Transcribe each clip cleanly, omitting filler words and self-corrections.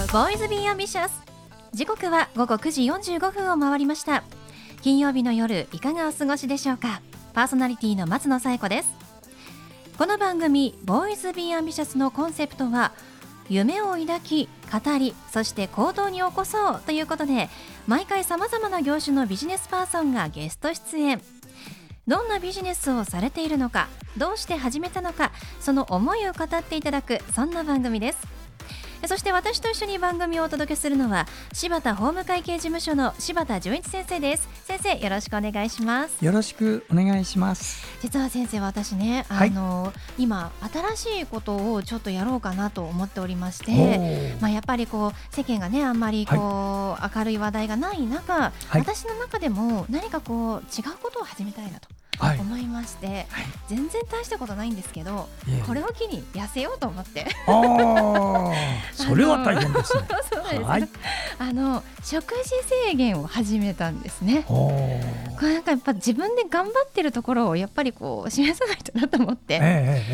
ボーイズビーアンビシャス。時刻は午後9時45分を回りました。金曜日の夜いかがお過ごしでしょうか。パーソナリティの松野紗友子です。この番組ボーイズビーアンビシャスのコンセプトは夢を抱き語りそして行動に起こそうということで、毎回さまざまな業種のビジネスパーソンがゲスト出演。どんなビジネスをされているのか、どうして始めたのか、その思いを語っていただく、そんな番組です。そして私と一緒に番組をお届けするのは柴田法務会計事務所の柴田純一先生です。先生、よろしくお願いします。 よろしくお願いします。 実は先生、私ね、今新しいことをちょっとやろうかなと思っておりまして、やっぱりこう世間がねあんまりこう、明るい話題がない中、私の中でも何かこう違うことを始めたいなと思いまして、全然大したことないんですけど、これを機に痩せようと思ってそれは大変ですね。 そうです、食事制限を始めたんですね。これなんかやっぱ自分で頑張ってるところをやっぱりこう示さないとなと思って、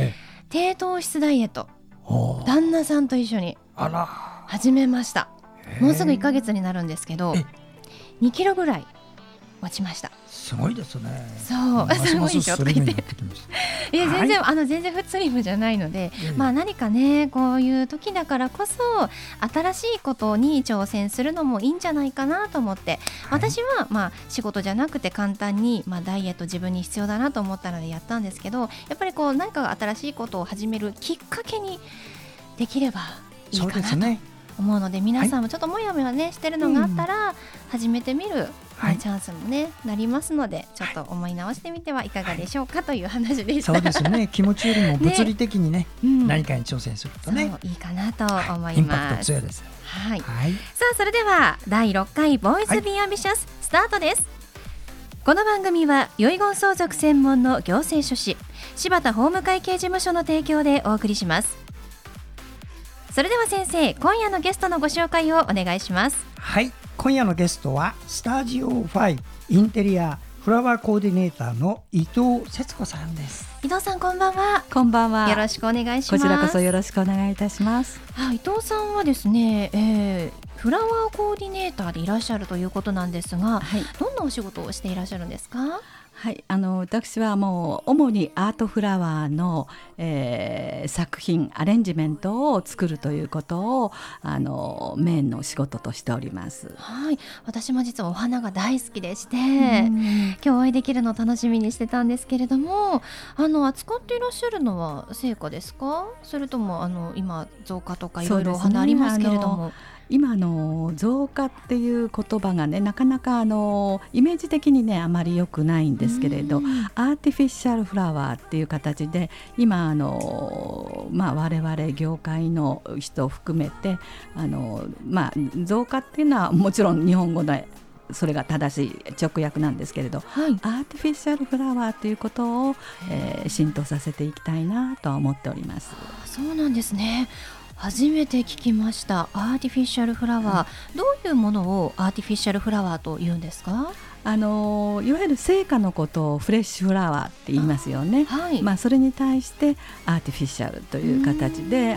低糖質ダイエット旦那さんと一緒に始めました。もうすぐ1ヶ月になるんですけど、2キロぐらい落ちました。 すごいですね。 そう、すごいでしょとか言っていや全然スリムじゃないので、何かねこういう時だからこそ新しいことに挑戦するのもいいんじゃないかなと思って、私は仕事じゃなくて簡単にダイエット自分に必要だなと思ったのでやったんですけど、やっぱりこう何か新しいことを始めるきっかけにできればいいかなと思うので、皆さんもちょっともやもやねしてるのがあったら始めてみるチャンスもねなりますので、ちょっと思い直してみてはいかがでしょうかという話でした。 そうですね、気持ちよりも物理的にね何かに挑戦するとね、 そういいかなと思います。 インパクト強いです。 さあ、それでは第6回ボーイズビーアンビシャススタートです。この番組は遺言相続専門の行政書士柴田法務会計事務所の提供でお送りします。それでは先生、今夜のゲストのご紹介をお願いします。 はい、今夜のゲストはスタジオ5インテリアフラワーコーディネーターの伊藤節子さんです。 伊藤さん、こんばんは。 こんばんは。 よろしくお願いします。 こちらこそよろしくお願いいたします。 伊藤さんはですね、フラワーコーディネーターでいらっしゃるということなんですが、どんなお仕事をしていらっしゃるんですか？ はい、私はもう主にアートフラワーの、作品アレンジメントを作るということをメインの仕事としております。 はい、私も実はお花が大好きでして、今日お会いできるのを楽しみにしてたんですけれども、扱っていらっしゃるのは成果ですか？それとも今造花とかいろいろお花ありますけれども、 今造花っていう言葉がねなかなかイメージ的にねあまり良くないんですけれど、アーティフィシャルフラワーっていう形で今我々業界の人を含めて造花っていうのはもちろん日本語でそれが正しい直訳なんですけれど、アーティフィシャルフラワーということを、浸透させていきたいなとは思っております。 そうなんですね。初めて聞きました。アーティフィシャルフラワー、どういうものをアーティフィシャルフラワーと言うんですか？ いわゆる生花のことをフレッシュフラワーって言いますよね。それに対してアーティフィシャルという形で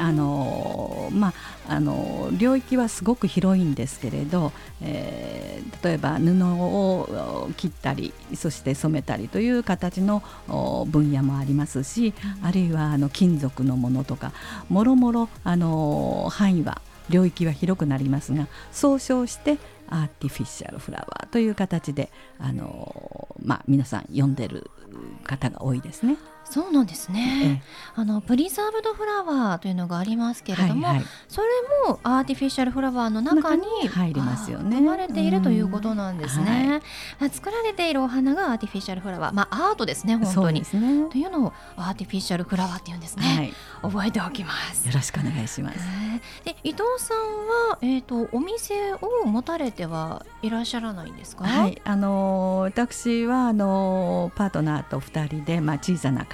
領域はすごく広いんですけれど、例えば布を切ったりそして染めたりという形の分野もありますし、あるいは金属のものとかもろもろ範囲は領域は広くなりますが、総称してアーティフィシャルフラワーという形で皆さん呼んでる方が多いですね。 そうなんですね。プリザーブドフラワーというのがありますけれども、それもアーティフィシャルフラワーの中に入りますよね。 生まれているということなんですね。作られているお花がアーティフィシャルフラワー、アートですね本当に。というのをアーティフィシャルフラワーって言うんですね。覚えておきます。 よろしくお願いします。 で、伊藤さんは、お店を持たれてはいらっしゃらないんですか？ はい、私はパートナーと2人で、小さなカ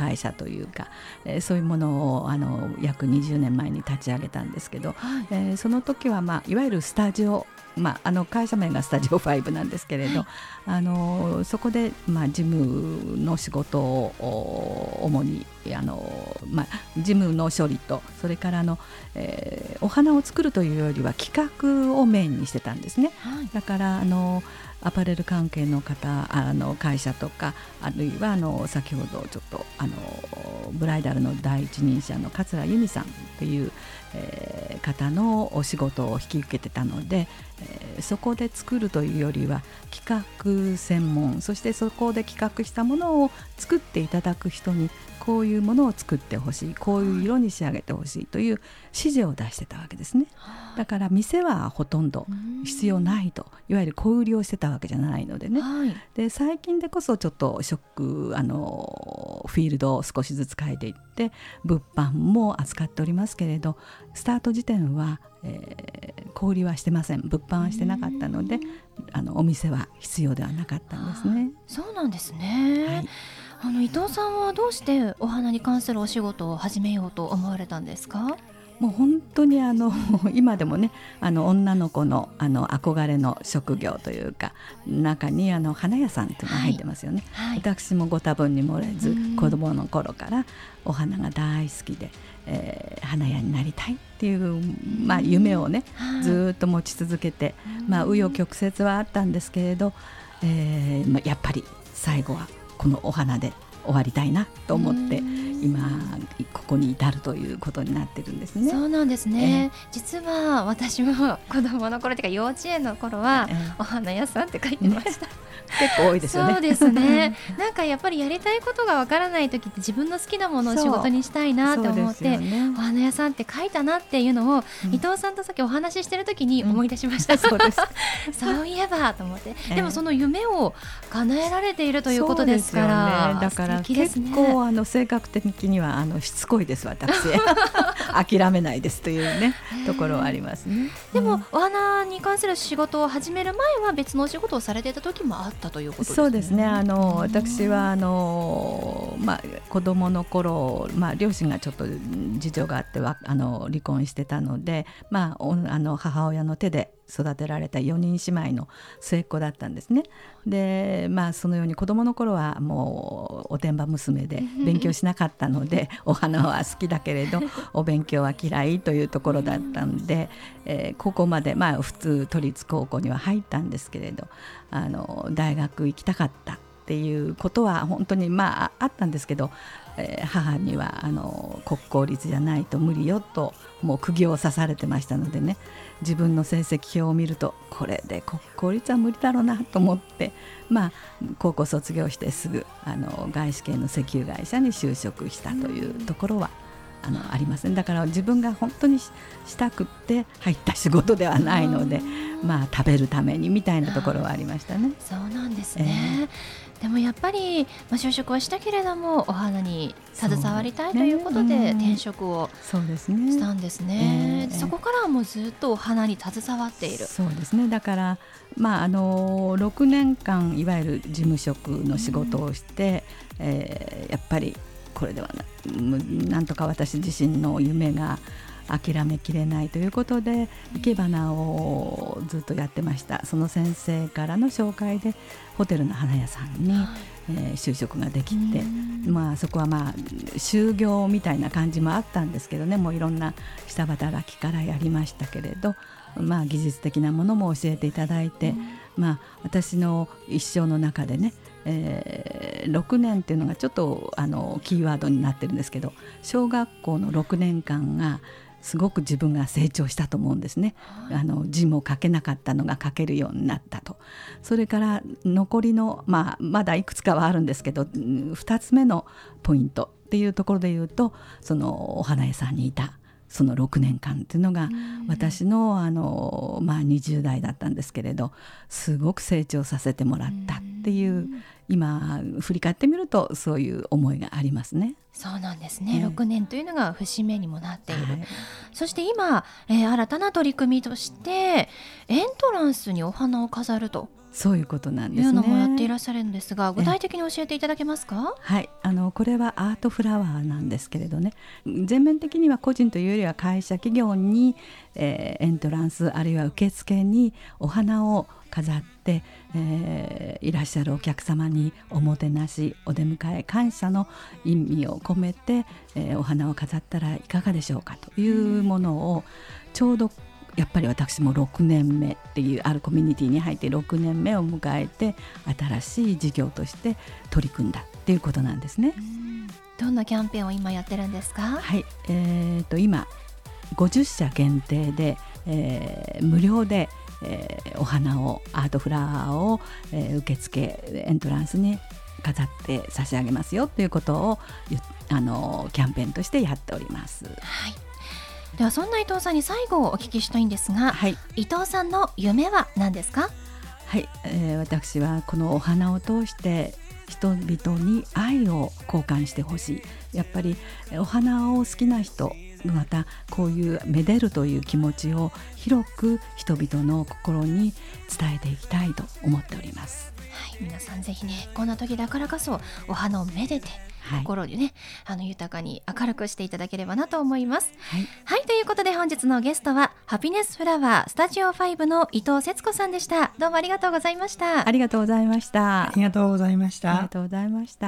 会社というか、そういうものを約20年前に立ち上げたんですけど、その時は、いわゆるスタジオ、会社名がスタジオ5なんですけれど、そこで、事務の仕事を主に事務の処理と、それからお花を作るというよりは企画をメインにしてたんですね。だからアパレル関係の方会社とか、あるいは先ほどちょっとブライダルの第一人者の桂由美さんという、方のお仕事を引き受けてたので、そこで作るというよりは企画専門、そしてそこで企画したものを作っていただく人にこういうものを作ってほしい、こういう色に仕上げてほしいという指示を出してたわけですね。だから店はほとんど必要ないと、いわゆる小売りをしてたわけじゃないのでね、で最近でこそちょっとフィールドを少しずつ変えていって物販も扱っておりますけれど、スタート時点は、小売りはしてません。物販はしてなかったのでお店は必要ではなかったんですね。 そうなんですね。伊藤さんはどうしてお花に関するお仕事を始めようと思われたんですか？ もう本当に今でもね女の子の憧れの職業というか中に花屋さんっていうのが入ってますよね。私もご多分に漏れず子供の頃からお花が大好きで、花屋になりたいっていう、夢をね、ずっと持ち続けて、紆余曲折はあったんですけれど、やっぱり最後はこのお花で終わりたいなと思って今ここに至るということになってるんですね。 そうなんですね。実は私も子供の頃というか幼稚園の頃はお花屋さんって書いてました、 結構多いですよね。 そうですね。なんかやっぱりやりたいことがわからない時って自分の好きなものを仕事にしたいなと思って、お花屋さんって書いたなっていうのを、伊藤さんとさっきお話ししてる時に思い出しました、 そうですそういえばと思って、でもその夢を叶えられているということですから、 だから結構性格的にはしつこいです私諦めないですというねところはありますね。 でも、お花に関する仕事を始める前は別のお仕事をされていた時もあったということですね。 そうですね。私は子供の頃、両親がちょっと事情があって離婚してたので、母親の手で育てられた4人姉妹の末っ子だったんですね。で、そのように子供の頃はもうおてんば娘で勉強しなかったのでお花は好きだけれどお勉強は嫌いというところだったんで、高校まで普通都立高校には入ったんですけれど大学行きたかったっていうことは本当にあったんですけど、母には国公立じゃないと無理よともう釘を刺されてましたのでね、自分の成績表を見るとこれで国公立は無理だろうなと思って、高校卒業してすぐ外資系の石油会社に就職したというところはありますね。だから自分が本当にしたくって入った仕事ではないので、食べるためにみたいなところはありましたね。 そうなんですね。でもやっぱり、就職はしたけれどもお花に携わりたいということで転職をしたんですね。そこからはもうずっとお花に携わっている。 そうですね。だから6年間いわゆる事務職の仕事をして、やっぱりこれではなんとか私自身の夢が諦めきれないということで生け花をずっとやってました。その先生からの紹介でホテルの花屋さんに、就職ができて、そこは就業みたいな感じもあったんですけどね、もういろんな下働きからやりましたけれど、技術的なものも教えていただいて、私の一生の中でね、6年っていうのがちょっとキーワードになってるんですけど、小学校の6年間がすごく自分が成長したと思うんですね。字も書けなかったのが書けるようになったと。それから残りの、まだいくつかはあるんですけど、2つ目のポイントっていうところで言うと、そのお花屋さんにいたその6年間っていうのが私の20代だったんですけれど、すごく成長させてもらったっていう、今振り返ってみるとそういう思いがありますね。 そうなんですね。6年というのが節目にもなっている、そして今、新たな取り組みとしてエントランスにお花を飾るとそういうことなんですね。 いうのもやっていらっしゃるんですが、具体的に教えていただけますか？ はい、これはアートフラワーなんですけれどね、全面的には個人というよりは会社企業に、エントランスあるいは受付にお花を飾って、いらっしゃるお客様におもてなしお出迎え感謝の意味を込めて、お花を飾ったらいかがでしょうかというものをちょうどやっぱり私も6年目っていうあるコミュニティに入って6年目を迎えて新しい事業として取り組んだっていうことなんですね。 どんなキャンペーンを今やってるんですか？ はい、今50社限定で、無料で、お花をアートフラワーを、受付エントランスに飾って差し上げますよということをキャンペーンとしてやっております。 はい、ではそんな伊藤さんに最後お聞きしたいんですが、 はい、 伊藤さんの夢は何ですか？ はい、私はこのお花を通して人々に愛を交換してほしい。やっぱりお花を好きな人、またこういうめでるという気持ちを広く人々の心に伝えていきたいと思っております。 はい、皆さんぜひね、こんな時だからこそお花をめでて、心にね、豊かに明るくしていただければなと思います。 はい、 はい、ということで本日のゲストはハピネスフラワースタジオ5の伊藤節子さんでした。どうもありがとうございました。 ありがとうございました。 ありがとうございました。 ありがとうございました。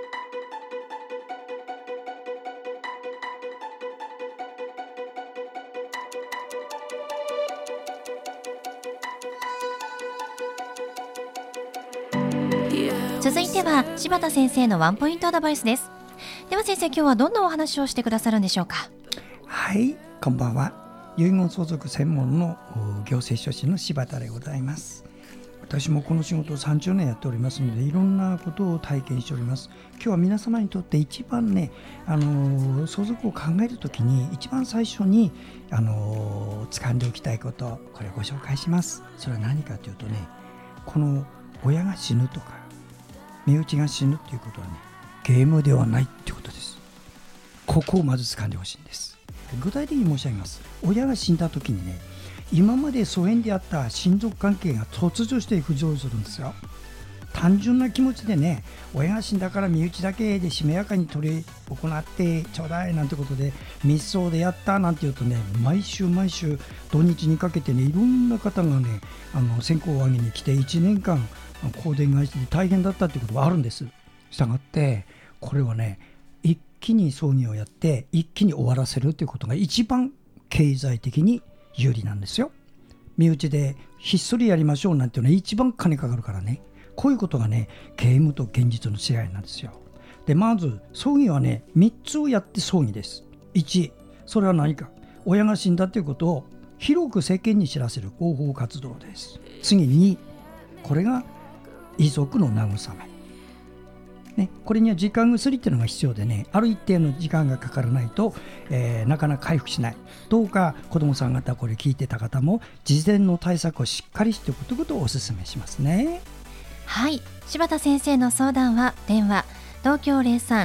続いては柴田先生のワンポイントアドバイスです。では先生、今日はどんなお話をしてくださるんでしょうか？ はい、こんばんは。遺言相続専門の行政書士の柴田でございます。私もこの仕事を30年やっておりますので、いろんなことを体験しております。今日は皆様にとって一番ね、相続を考えるときに一番最初に掴んでおきたいこと、これをご紹介します。それは何かというとね、この親が死ぬとか身内が死ぬっていうことはね、ゲームではないってことです。ここをまず掴んでほしいんです。具体的に申し上げます。親が死んだ時にね、今まで疎遠であった親族関係が突如して浮上するんですよ。単純な気持ちでね、親が死んだから身内だけでしめやかに取り行ってちょうだいなんてことで密葬でやったなんて言うとね、毎週土日にかけてね、いろんな方がね線香を上げに来て1年間香典返しで大変だったってことがあるんです。したがってこれはね、一気に葬儀をやって一気に終わらせるということが一番経済的に有利なんですよ。身内でひっそりやりましょうなんていうのは一番金かかるからね。こういうことがね、ゲームと現実の違いなんですよ。で、まず葬儀はね、3つをやって葬儀です。1、それは何か、親が死んだということを広く世間に知らせる広報活動です。次に、これが遺族の慰め、ね、これには時間薬っていうのが必要でね、ある一定の時間がかからないと、なかなか回復しない。どうか子どもさん方、これ聞いてた方も事前の対策をしっかりしておくということをお勧めしますね。 はい、柴田先生の相談は電話東京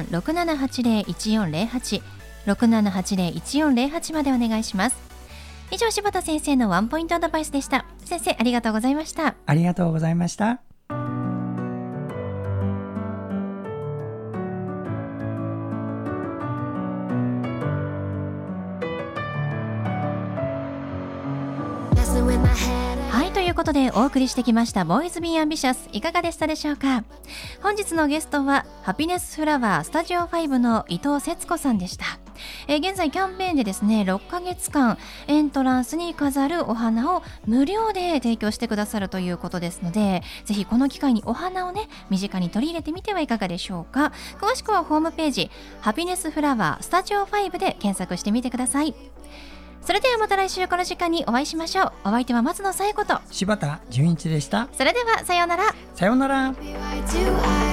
03-6780-1408 6780-1408 までお願いします。以上、柴田先生のワンポイントアドバイスでした。先生、ありがとうございました。 ありがとうございました。 はい、ということでお送りしてきましたボーイズビーアンビシャス、いかがでしたでしょうか？本日のゲストはハピネスフラワースタジオ5の伊藤節子さんでした。現在キャンペーンでですね、6ヶ月間エントランスに飾るお花を無料で提供してくださるということですので、ぜひこの機会にお花をね、身近に取り入れてみてはいかがでしょうか？詳しくはホームページハピネスフラワースタジオ5で検索してみてください。それではまた来週この時間にお会いしましょう。お相手は松野紗友子と柴田純一でした。 それではさようなら。 さようなら。